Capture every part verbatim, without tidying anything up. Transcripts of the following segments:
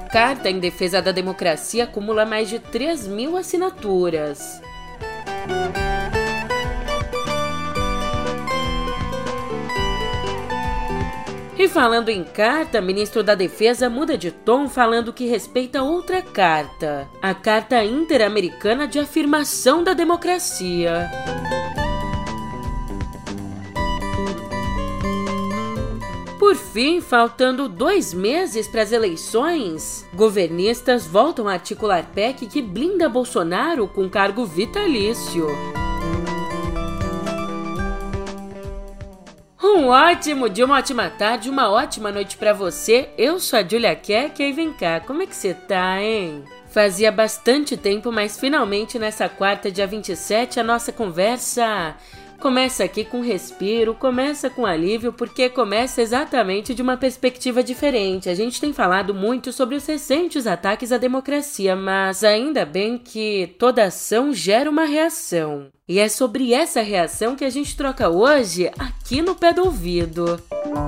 Carta em Defesa da Democracia acumula mais de três mil assinaturas. E falando em carta, ministro da Defesa muda de tom falando que respeita outra carta, a Carta Interamericana de Afirmação da Democracia. Por fim, faltando dois meses para as eleições, governistas voltam a articular P E C que blinda Bolsonaro com cargo vitalício. Um ótimo dia, uma ótima tarde, uma ótima noite pra você. Eu sou a Julia Keck e vem cá, como é que você tá, hein? Fazia bastante tempo, mas finalmente nessa quarta, dia vinte e sete, a nossa conversa começa aqui com respiro, começa com alívio, porque começa exatamente de uma perspectiva diferente. A gente tem falado muito sobre os recentes ataques à democracia, mas ainda bem que toda ação gera uma reação. E é sobre essa reação que a gente troca hoje aqui no Pé do Ouvido.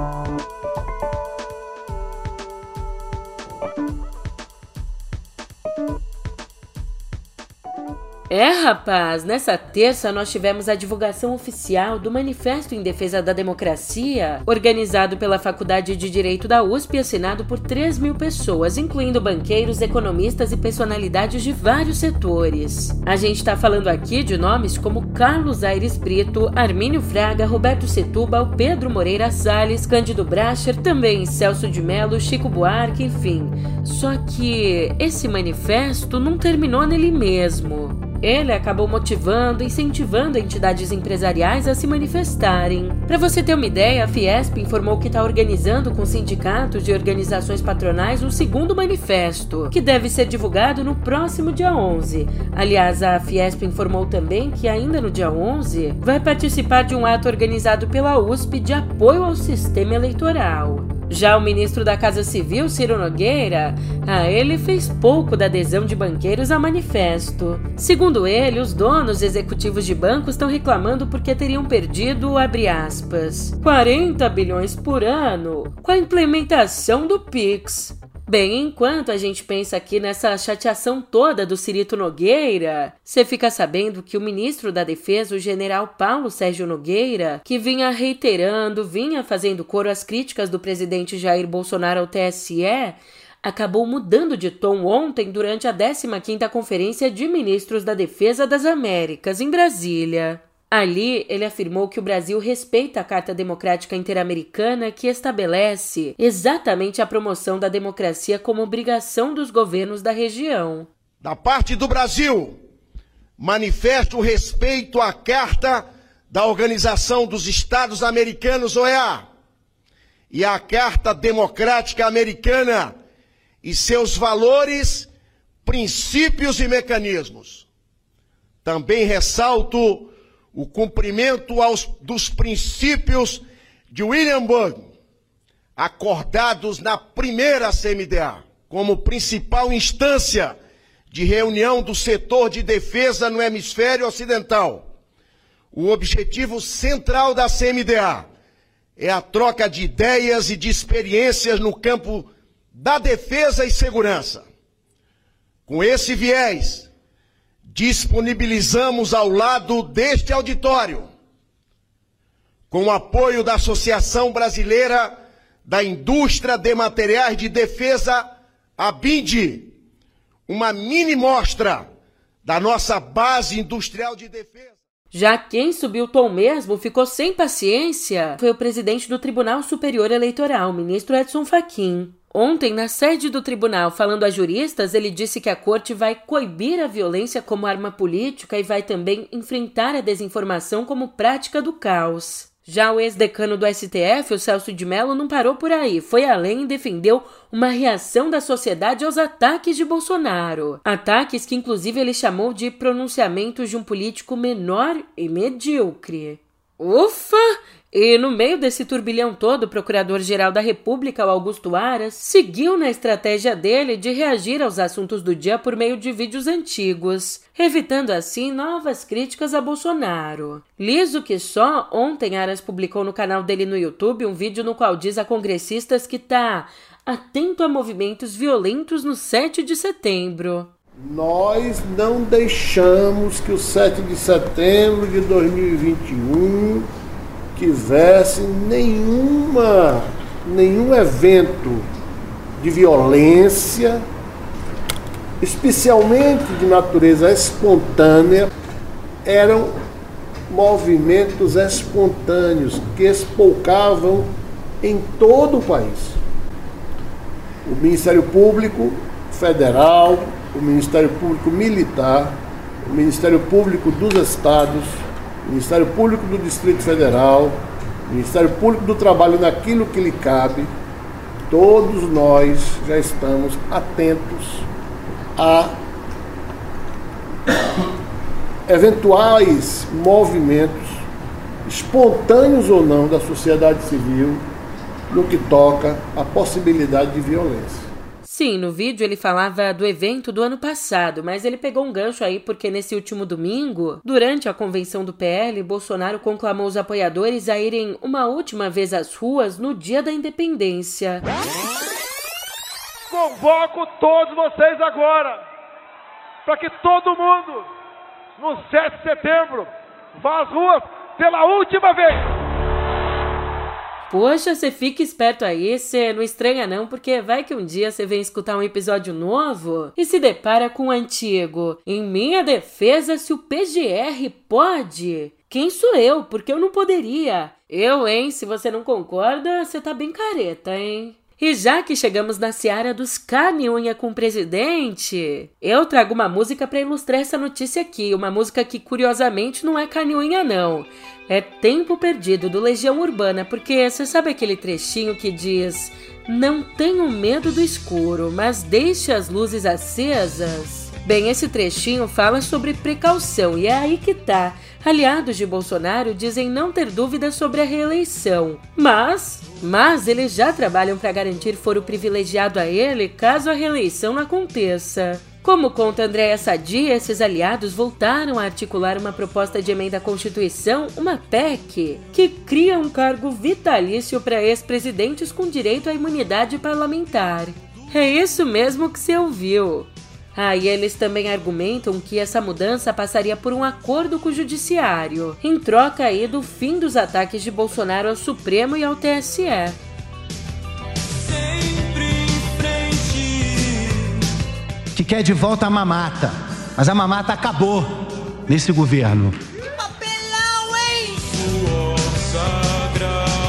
É, rapaz, nessa terça nós tivemos a divulgação oficial do Manifesto em Defesa da Democracia, organizado pela Faculdade de Direito da U S P e assinado por três mil pessoas, incluindo banqueiros, economistas e personalidades de vários setores. A gente tá falando aqui de nomes como Carlos Aires Brito, Armínio Fraga, Roberto Setúbal, Pedro Moreira Salles, Cândido Bracher, também Celso de Mello, Chico Buarque, enfim. Só que esse manifesto não terminou nele mesmo. Ele acabou motivando e incentivando entidades empresariais a se manifestarem. Para você ter uma ideia, a Fiesp informou que está organizando com sindicatos e organizações patronais um segundo manifesto, que deve ser divulgado no próximo dia onze. Aliás, a Fiesp informou também que ainda no dia onze vai participar de um ato organizado pela U S P de apoio ao sistema eleitoral. Já o ministro da Casa Civil, Ciro Nogueira, a ele fez pouco da adesão de banqueiros ao manifesto. Segundo ele, os donos executivos de bancos estão reclamando porque teriam perdido, abre aspas, quarenta bilhões por ano com a implementação do Pix. Bem, enquanto a gente pensa aqui nessa chateação toda do Cirito Nogueira, você fica sabendo que o ministro da Defesa, o general Paulo Sérgio Nogueira, que vinha reiterando, vinha fazendo coro às críticas do presidente Jair Bolsonaro ao T S E, acabou mudando de tom ontem durante a décima quinta Conferência de Ministros da Defesa das Américas, em Brasília. Ali, ele afirmou que o Brasil respeita a Carta Democrática Interamericana que estabelece exatamente a promoção da democracia como obrigação dos governos da região. Da parte do Brasil, manifesto o respeito à Carta da Organização dos Estados Americanos, O E A, e à Carta Democrática Americana e seus valores, princípios e mecanismos. Também ressalto o cumprimento aos, dos princípios de Williamsburg, acordados na primeira C M D A, como principal instância de reunião do setor de defesa no hemisfério ocidental. O objetivo central da C M D A é a troca de ideias e de experiências no campo da defesa e segurança. Com esse viés, disponibilizamos ao lado deste auditório, com o apoio da Associação Brasileira da Indústria de Materiais de Defesa, a B I N D, uma mini mostra da nossa base industrial de defesa. Já quem subiu o tom mesmo, ficou sem paciência, foi o presidente do Tribunal Superior Eleitoral, o ministro Edson Fachin. Ontem, na sede do tribunal, falando a juristas, ele disse que a corte vai coibir a violência como arma política e vai também enfrentar a desinformação como prática do caos. Já o ex-decano do S T F, o Celso de Mello, não parou por aí, foi além e defendeu uma reação da sociedade aos ataques de Bolsonaro. Ataques que, inclusive, ele chamou de pronunciamentos de um político menor e medíocre. Ufa! E no meio desse turbilhão todo, o Procurador-Geral da República, o Augusto Aras, seguiu na estratégia dele de reagir aos assuntos do dia por meio de vídeos antigos, evitando assim novas críticas a Bolsonaro. Liso que só, ontem Aras publicou no canal dele no YouTube um vídeo no qual diz a congressistas que tá atento a movimentos violentos no sete de setembro. Nós não deixamos que o sete de setembro de dois mil e vinte e um tivesse nenhuma, nenhum evento de violência, especialmente de natureza espontânea. Eram movimentos espontâneos que espolcavam em todo o país. O Ministério Público Federal, o Ministério Público Militar, o Ministério Público dos Estados, o Ministério Público do Distrito Federal, o Ministério Público do Trabalho naquilo que lhe cabe, todos nós já estamos atentos a eventuais movimentos, espontâneos ou não, da sociedade civil no que toca à possibilidade de violência. Sim, no vídeo ele falava do evento do ano passado, mas ele pegou um gancho aí porque nesse último domingo, durante a convenção do P L, Bolsonaro conclamou os apoiadores a irem uma última vez às ruas no dia da independência. Convoco todos vocês agora para que todo mundo, no sete de setembro, vá às ruas pela última vez. Poxa, você fica esperto aí, você não estranha não, porque vai que um dia você vem escutar um episódio novo e se depara com o antigo. Em minha defesa, se o P G R pode, quem sou eu? Porque eu não poderia. Eu, hein? Se você não concorda, você tá bem careta, hein? E já que chegamos na seara dos carne e unha com o presidente, eu trago uma música para ilustrar essa notícia aqui. Uma música que, curiosamente, não é carne e unha, não. É Tempo Perdido, do Legião Urbana, porque você sabe aquele trechinho que diz: não tenho medo do escuro, mas deixe as luzes acesas? Bem, esse trechinho fala sobre precaução, e é aí que tá. Aliados de Bolsonaro dizem não ter dúvidas sobre a reeleição, mas, mas eles já trabalham para garantir foro privilegiado a ele caso a reeleição não aconteça. Como conta Andréa Sadi, esses aliados voltaram a articular uma proposta de emenda à Constituição, uma P E C, que cria um cargo vitalício para ex-presidentes com direito à imunidade parlamentar. É isso mesmo que você ouviu. Ah, e eles também argumentam que essa mudança passaria por um acordo com o Judiciário, em troca aí do fim dos ataques de Bolsonaro ao Supremo e ao T S E. Sempre em frente. Que quer de volta a mamata, mas a mamata acabou nesse governo. Papelão, hein? Suor sagrado.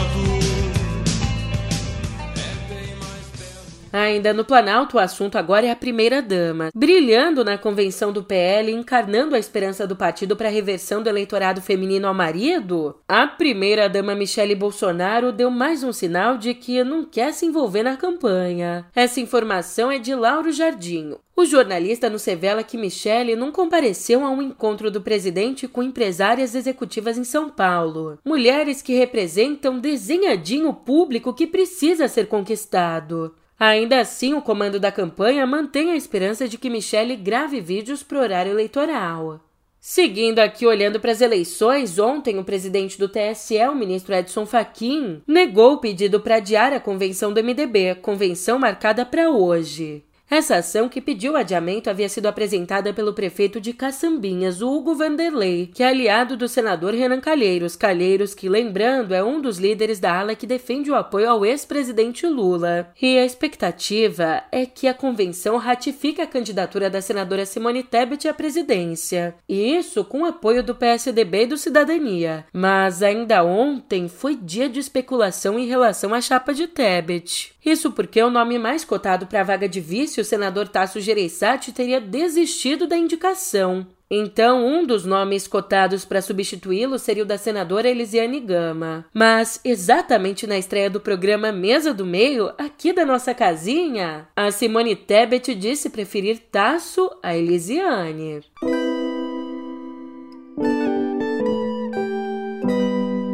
Ainda no Planalto, o assunto agora é a primeira-dama, brilhando na convenção do P L, encarnando a esperança do partido para a reversão do eleitorado feminino ao marido. A primeira-dama Michele Bolsonaro deu mais um sinal de que não quer se envolver na campanha. Essa informação é de Lauro Jardim. O jornalista nos revela que Michele não compareceu a um encontro do presidente com empresárias executivas em São Paulo. Mulheres que representam desenhadinho o público que precisa ser conquistado. Ainda assim, o comando da campanha mantém a esperança de que Michele grave vídeos pro horário eleitoral. Seguindo aqui, olhando para as eleições, ontem o presidente do T S E, o ministro Edson Fachin, negou o pedido para adiar a convenção do M D B, convenção marcada para hoje. Essa ação que pediu adiamento havia sido apresentada pelo prefeito de Caçambinhas, o Hugo Vanderlei, que é aliado do senador Renan Calheiros. Calheiros que, lembrando, é um dos líderes da ala que defende o apoio ao ex-presidente Lula. E a expectativa é que a convenção ratifique a candidatura da senadora Simone Tebet à presidência. E isso com o apoio do P S D B e do Cidadania. Mas ainda ontem foi dia de especulação em relação à chapa de Tebet. Isso porque o nome mais cotado para a vaga de vice, o senador Tasso Gereissati, teria desistido da indicação. Então, um dos nomes cotados para substituí-lo seria o da senadora Elisiane Gama. Mas, exatamente na estreia do programa Mesa do Meio, aqui da nossa casinha, a Simone Tebet disse preferir Tasso a Elisiane.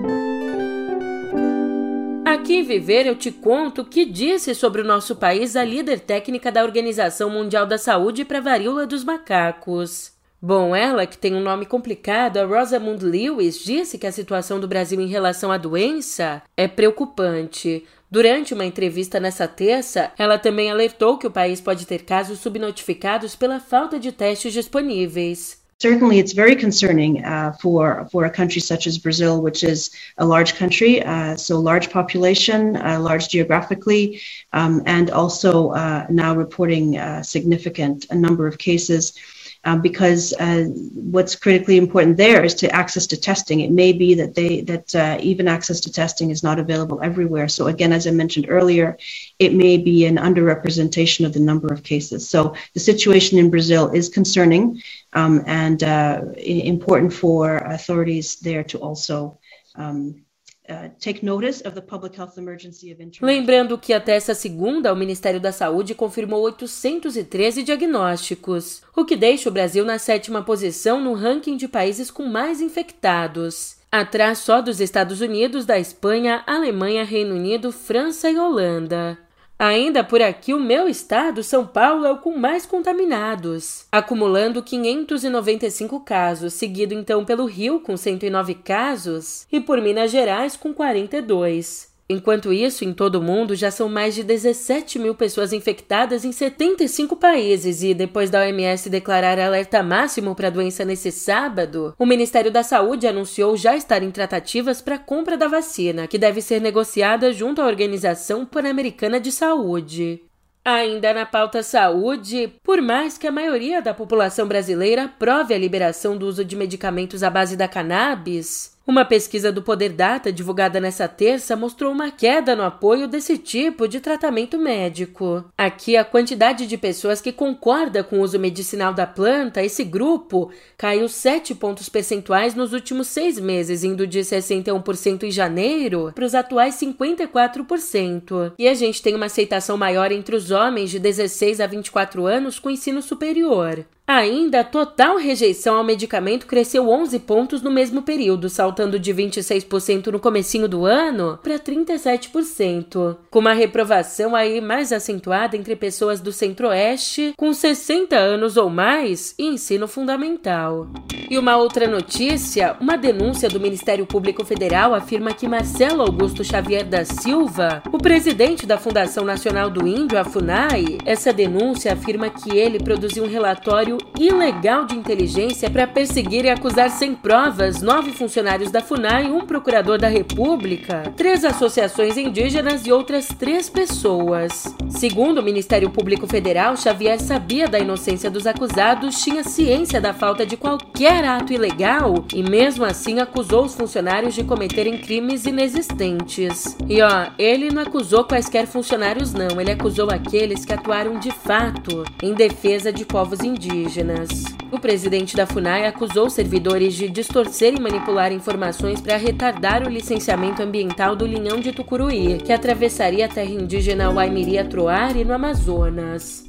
Aqui em Viver eu te conto o que disse sobre o nosso país a líder técnica da Organização Mundial da Saúde para a varíola dos macacos. Bom, ela, que tem um nome complicado, a Rosamund Lewis, disse que a situação do Brasil em relação à doença é preocupante. Durante uma entrevista nessa terça, ela também alertou que o país pode ter casos subnotificados pela falta de testes disponíveis. Certainly, it's very concerning uh, for for a country such as Brazil, which is a large country, uh, so large population, uh, large geographically, um, and also uh, now reporting a significant a number of cases. Uh, because uh, what's critically important there is to access to testing. It may be that they that uh, even access to testing is not available everywhere. So again, as I mentioned earlier, it may be an underrepresentation of the number of cases. So the situation in Brazil is concerning um, and uh, important for authorities there to also um, Uh, take notice of the public health emergency of interest. Lembrando que até essa segunda, o Ministério da Saúde confirmou oitocentos e treze diagnósticos, o que deixa o Brasil na sétima posição no ranking de países com mais infectados, atrás só dos Estados Unidos, da Espanha, Alemanha, Reino Unido, França e Holanda. Ainda por aqui, o meu estado, São Paulo, é o com mais contaminados, acumulando quinhentos e noventa e cinco casos, seguido então pelo Rio, com cento e nove casos, e por Minas Gerais, com quarenta e dois. Enquanto isso, em todo o mundo, já são mais de dezessete mil pessoas infectadas em setenta e cinco países e, depois da O M S declarar alerta máximo para a doença nesse sábado, o Ministério da Saúde anunciou já estar em tratativas para a compra da vacina, que deve ser negociada junto à Organização Pan-Americana de Saúde. Ainda na pauta saúde, por mais que a maioria da população brasileira aprove a liberação do uso de medicamentos à base da cannabis, uma pesquisa do Poder Data divulgada nessa terça mostrou uma queda no apoio desse tipo de tratamento médico. Aqui, a quantidade de pessoas que concorda com o uso medicinal da planta, esse grupo, caiu sete pontos percentuais nos últimos seis meses, indo de sessenta e um por cento em janeiro para os atuais cinquenta e quatro por cento. E a gente tem uma aceitação maior entre os homens de dezesseis a vinte e quatro anos com ensino superior. Ainda, a total rejeição ao medicamento cresceu onze pontos no mesmo período, saltando de vinte e seis por cento no comecinho do ano para trinta e sete por cento, com uma reprovação aí mais acentuada entre pessoas do Centro-Oeste com sessenta anos ou mais e ensino fundamental. E uma outra notícia, uma denúncia do Ministério Público Federal afirma que Marcelo Augusto Xavier da Silva, o presidente da Fundação Nacional do Índio, a FUNAI, essa denúncia afirma que ele produziu um relatório ilegal de inteligência para perseguir e acusar sem provas nove funcionários da FUNAI, um procurador da República, três associações indígenas e outras três pessoas. Segundo o Ministério Público Federal, Xavier sabia da inocência dos acusados, tinha ciência da falta de qualquer ato ilegal e mesmo assim acusou os funcionários de cometerem crimes inexistentes. E ó, ele não acusou quaisquer funcionários não, ele acusou aqueles que atuaram de fato em defesa de povos indígenas. O presidente da FUNAI acusou servidores de distorcer e manipular informações para retardar o licenciamento ambiental do linhão de Tucuruí, que atravessaria a terra indígena Waimiri-Atroari no Amazonas.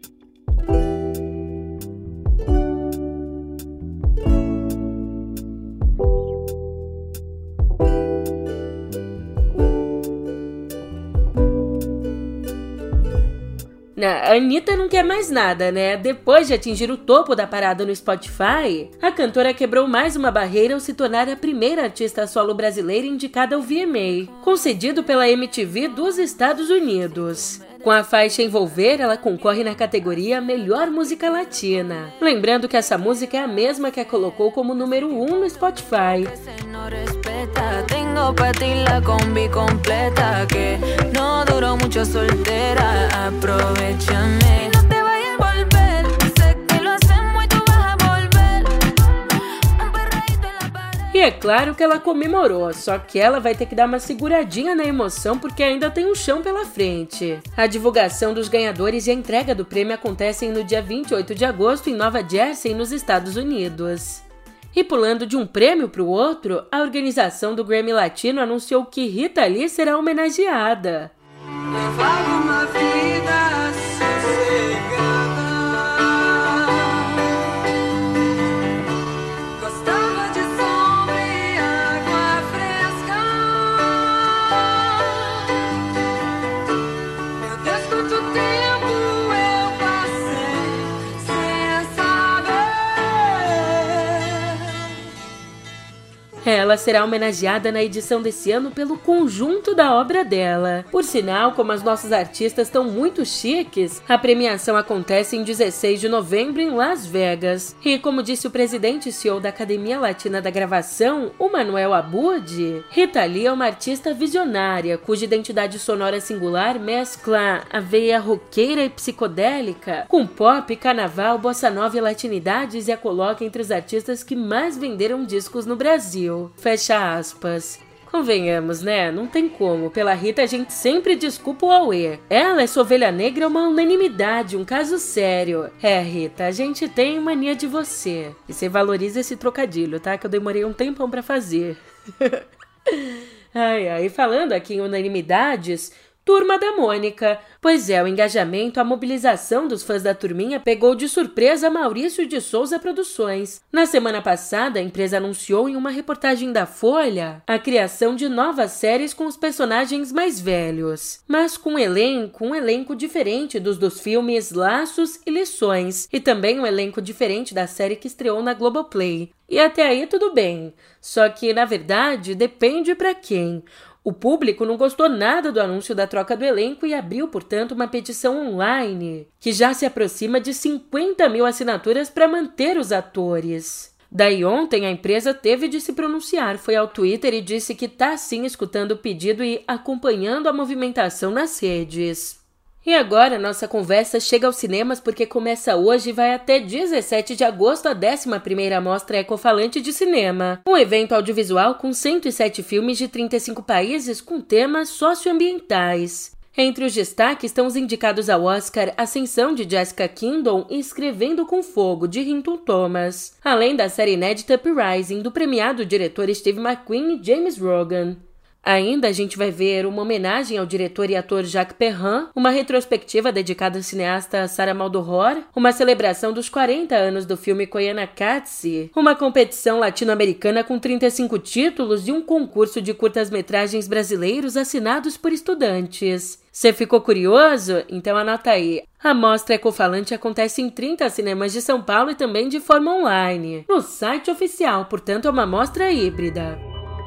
A Anitta não quer mais nada, né? Depois de atingir o topo da parada no Spotify, a cantora quebrou mais uma barreira ao se tornar a primeira artista solo brasileira indicada ao V M A, concedido pela M T V dos Estados Unidos. Com a faixa Envolver, ela concorre na categoria Melhor Música Latina. Lembrando que essa música é a mesma que a colocou como número um no Spotify. E é claro que ela comemorou, só que ela vai ter que dar uma seguradinha na emoção porque ainda tem um chão pela frente. A divulgação dos ganhadores e a entrega do prêmio acontecem no dia vinte e oito de agosto em Nova Jersey, nos Estados Unidos. E pulando de um prêmio para o outro, a organização do Grammy Latino anunciou que Rita Lee será homenageada. Levava uma vida sossegada. Gostava de sombra e água fresca. ela será homenageada na edição desse ano pelo conjunto da obra dela. Por sinal, como as nossas artistas estão muito chiques, a premiação acontece em dezesseis de novembro em Las Vegas. E como disse o presidente e C E O da Academia Latina da Gravação, o Manuel Abud, Rita Lee é uma artista visionária, cuja identidade sonora singular mescla a veia roqueira e psicodélica com pop, carnaval, bossa nova e latinidades e a coloca entre os artistas que mais venderam discos no Brasil. Fecha aspas. Convenhamos, né? Não tem como. Pela Rita a gente sempre desculpa o auê. Ela, essa ovelha negra, é uma unanimidade, um caso sério. É, Rita, a gente tem mania de você. E você valoriza esse trocadilho, tá? Que eu demorei um tempão pra fazer. Ai, ai, falando aqui em unanimidades... Turma da Mônica. Pois é, o engajamento, a mobilização dos fãs da turminha pegou de surpresa Maurício de Souza Produções. Na semana passada, a empresa anunciou em uma reportagem da Folha a criação de novas séries com os personagens mais velhos, mas com um elenco, um elenco diferente dos dos filmes Laços e Lições, e também um elenco diferente da série que estreou na Globoplay. E até aí tudo bem, só que, na verdade, depende pra quem. O público não gostou nada do anúncio da troca do elenco e abriu, portanto, uma petição online, que já se aproxima de cinquenta mil assinaturas para manter os atores. Daí ontem a empresa teve de se pronunciar, foi ao Twitter e disse que está sim escutando o pedido e acompanhando a movimentação nas redes. E agora nossa conversa chega aos cinemas porque começa hoje e vai até dezessete de agosto a décima primeira Mostra Ecofalante de Cinema, um evento audiovisual com cento e sete filmes de trinta e cinco países com temas socioambientais. Entre os destaques estão os indicados ao Oscar Ascensão, de Jessica Kingdom, e Escrevendo com Fogo, de Hinton Thomas, além da série inédita Uprising, do premiado diretor Steve McQueen e James Rogan. Ainda a gente vai ver uma homenagem ao diretor e ator Jacques Perrin, uma retrospectiva dedicada à cineasta Sarah Maldoror, uma celebração dos quarenta anos do filme Koyaanisqatsi, uma competição latino-americana com trinta e cinco títulos e um concurso de curtas-metragens brasileiros assinados por estudantes. Você ficou curioso? Então anota aí. A Mostra Ecofalante acontece em trinta cinemas de São Paulo e também de forma online, no site oficial, portanto é uma mostra híbrida.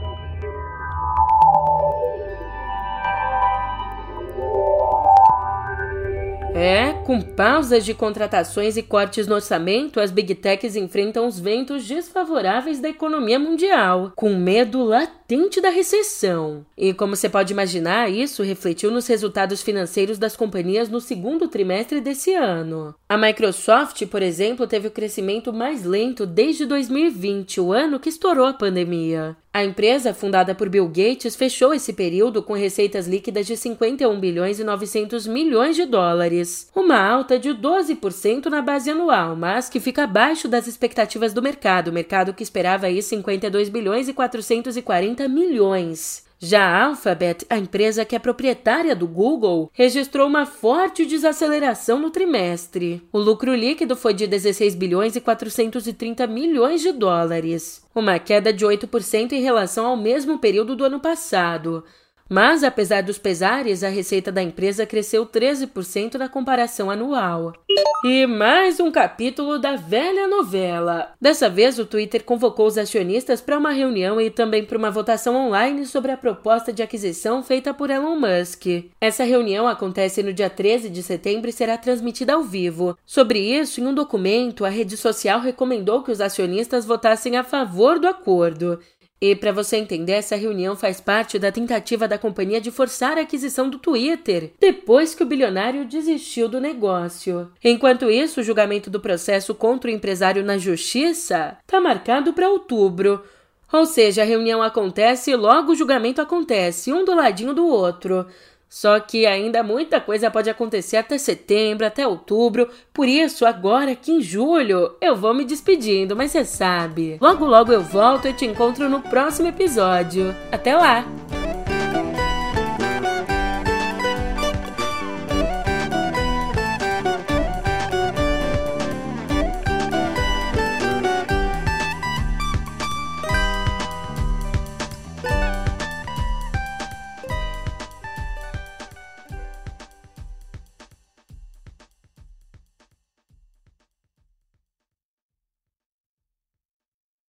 É, com pausas de contratações e cortes no orçamento, as Big Techs enfrentam os ventos desfavoráveis da economia mundial, com medo latente da recessão. E como você pode imaginar, isso refletiu nos resultados financeiros das companhias no segundo trimestre desse ano. A Microsoft, por exemplo, teve o crescimento mais lento desde dois mil e vinte, o ano que estourou a pandemia. A empresa, fundada por Bill Gates, fechou esse período com receitas líquidas de cinquenta e um bilhões e novecentos milhões de dólares, uma alta de doze por cento na base anual, mas que fica abaixo das expectativas do mercado, o mercado que esperava aí cinquenta e dois bilhões e quatrocentos e quarenta milhões. Já a Alphabet, a empresa que é proprietária do Google, registrou uma forte desaceleração no trimestre. O lucro líquido foi de dezesseis bilhões e quatrocentos e trinta milhões de dólares, uma queda de oito por cento em relação ao mesmo período do ano passado. Mas, apesar dos pesares, a receita da empresa cresceu treze por cento na comparação anual. E mais um capítulo da velha novela. Dessa vez, o Twitter convocou os acionistas para uma reunião e também para uma votação online sobre a proposta de aquisição feita por Elon Musk. Essa reunião acontece no dia treze de setembro e será transmitida ao vivo. Sobre isso, em um documento, a rede social recomendou que os acionistas votassem a favor do acordo. E para você entender, essa reunião faz parte da tentativa da companhia de forçar a aquisição do Twitter, depois que o bilionário desistiu do negócio. Enquanto isso, o julgamento do processo contra o empresário na justiça está marcado para outubro. Ou seja, a reunião acontece e logo o julgamento acontece, um do ladinho do outro. Só que ainda muita coisa pode acontecer até setembro, até outubro. Por isso, agora aqui em julho, eu vou me despedindo, mas você sabe, logo logo eu volto e te encontro no próximo episódio. Até lá!